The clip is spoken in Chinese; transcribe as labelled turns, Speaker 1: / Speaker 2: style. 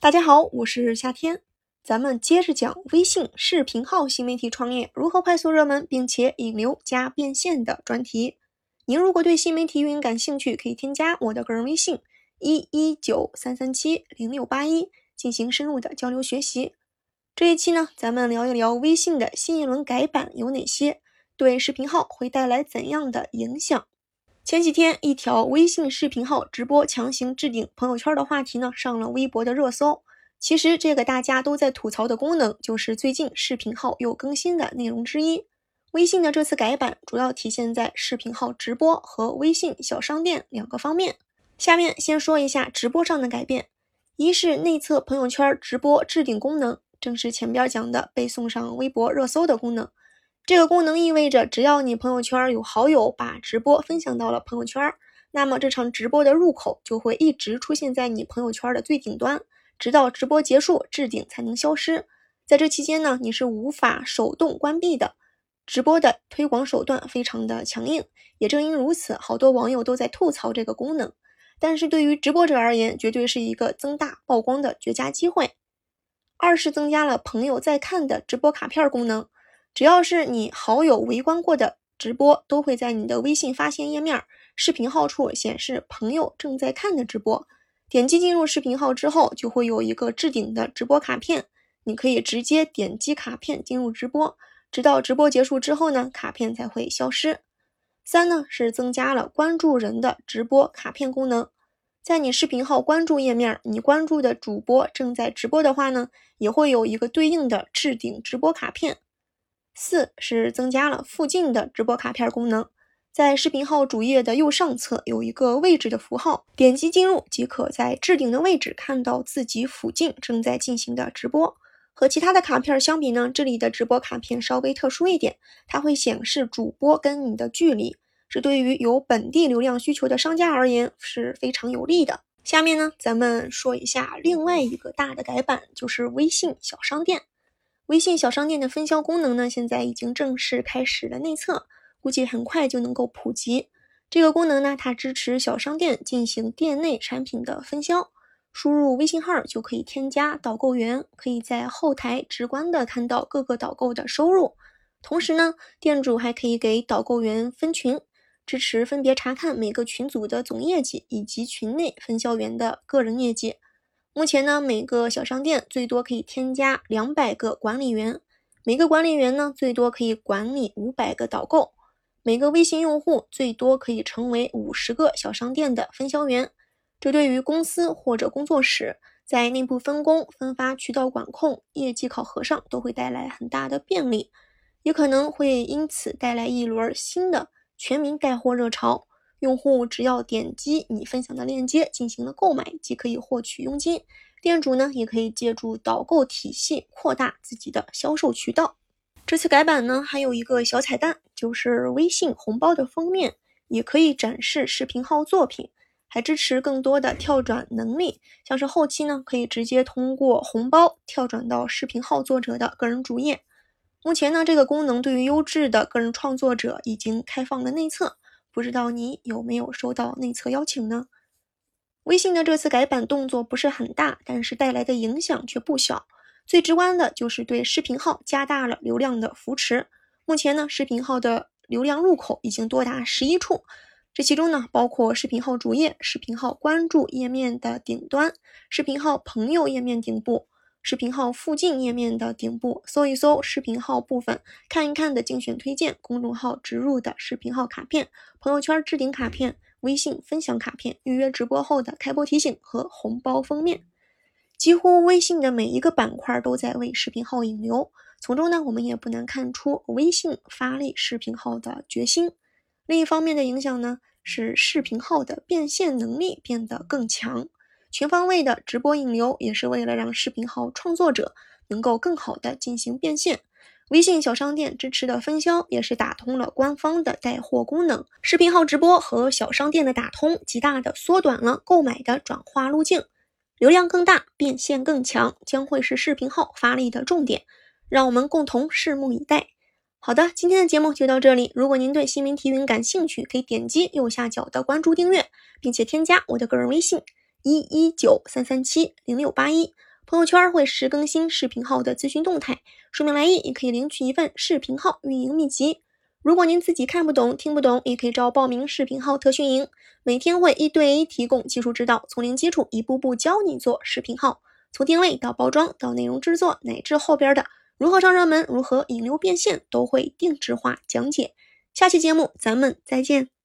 Speaker 1: 大家好，我是夏天，咱们接着讲微信视频号新媒体创业如何快速热门并且引流加变现的专题。您如果对新媒体运营感兴趣，可以添加我的个人微信11933706681进行深入的交流学习。这一期呢，咱们聊一聊微信的新一轮改版有哪些，对视频号会带来怎样的影响。前几天，一条微信视频号直播强行置顶朋友圈的话题呢，上了微博的热搜。其实这个大家都在吐槽的功能，就是最近视频号又更新的内容之一。微信的这次改版主要体现在视频号直播和微信小商店两个方面。下面先说一下直播上的改变。一是内测朋友圈直播置顶功能，正是前边讲的被送上微博热搜的功能。这个功能意味着，只要你朋友圈有好友把直播分享到了朋友圈，那么这场直播的入口就会一直出现在你朋友圈的最顶端，直到直播结束，置顶才能消失。在这期间呢，你是无法手动关闭的。直播的推广手段非常的强硬，也正因如此，好多网友都在吐槽这个功能。但是对于直播者而言，绝对是一个增大曝光的绝佳机会。二是增加了朋友在看的直播卡片功能。只要是你好友围观过的直播，都会在你的微信发现页面视频号处显示朋友正在看的直播。点击进入视频号之后，就会有一个置顶的直播卡片，你可以直接点击卡片进入直播，直到直播结束之后呢，卡片才会消失。三呢，是增加了关注人的直播卡片功能。在你视频号关注页面，你关注的主播正在直播的话呢，也会有一个对应的置顶直播卡片。四是增加了附近的直播卡片功能，在视频号主页的右上侧有一个位置的符号，点击进入即可在置顶的位置看到自己附近正在进行的直播。和其他的卡片相比呢，这里的直播卡片稍微特殊一点，它会显示主播跟你的距离，这对于有本地流量需求的商家而言是非常有利的。下面呢，咱们说一下另外一个大的改版，就是微信小商店。微信小商店的分销功能呢，现在已经正式开始了内测，估计很快就能够普及。这个功能呢，它支持小商店进行店内产品的分销，输入微信号就可以添加导购员，可以在后台直观的看到各个导购的收入。同时呢，店主还可以给导购员分群，支持分别查看每个群组的总业绩以及群内分销员的个人业绩。目前呢，每个小商店最多可以添加200个管理员，每个管理员呢最多可以管理500个导购，每个微信用户最多可以成为50个小商店的分销员。这对于公司或者工作室在内部分工、分发渠道管控、业绩考核上都会带来很大的便利，也可能会因此带来一轮新的全民带货热潮。用户只要点击你分享的链接进行了购买，即可以获取佣金。店主呢，也可以借助导购体系扩大自己的销售渠道。这次改版呢，还有一个小彩蛋，就是微信红包的封面也可以展示视频号作品，还支持更多的跳转能力，像是后期呢，可以直接通过红包跳转到视频号作者的个人主页。目前呢，这个功能对于优质的个人创作者已经开放了内测。不知道你有没有收到内测邀请呢？微信的这次改版动作不是很大，但是带来的影响却不小。最直观的就是对视频号加大了流量的扶持。目前呢，视频号的流量入口已经多达11处，这其中呢，包括视频号主页、视频号关注页面的顶端、视频号朋友页面顶部、视频号附近页面的顶部，搜一搜视频号部分，看一看的精选推荐，公众号植入的视频号卡片，朋友圈置顶卡片，微信分享卡片，预约直播后的开播提醒和红包封面。几乎微信的每一个板块都在为视频号引流，从中呢，我们也不难看出微信发力视频号的决心。另一方面的影响呢，是视频号的变现能力变得更强。全方位的直播引流也是为了让视频号创作者能够更好的进行变现。微信小商店支持的分销也是打通了官方的带货功能。视频号直播和小商店的打通，极大的缩短了购买的转化路径，流量更大，变现更强，将会是视频号发力的重点。让我们共同拭目以待。好的，今天的节目就到这里。如果您对新媒体运营感兴趣，可以点击右下角的关注订阅，并且添加我的个人微信11933706681， 朋友圈会实时更新视频号的咨询动态，说明来意也可以领取一份视频号运营秘籍。如果您自己看不懂、听不懂，也可以找报名视频号特训营，每天会1对1提供技术指导，从零基础一步步教你做视频号，从定位到包装到内容制作，乃至后边的如何上热门、如何引流变现，都会定制化讲解。下期节目咱们再见。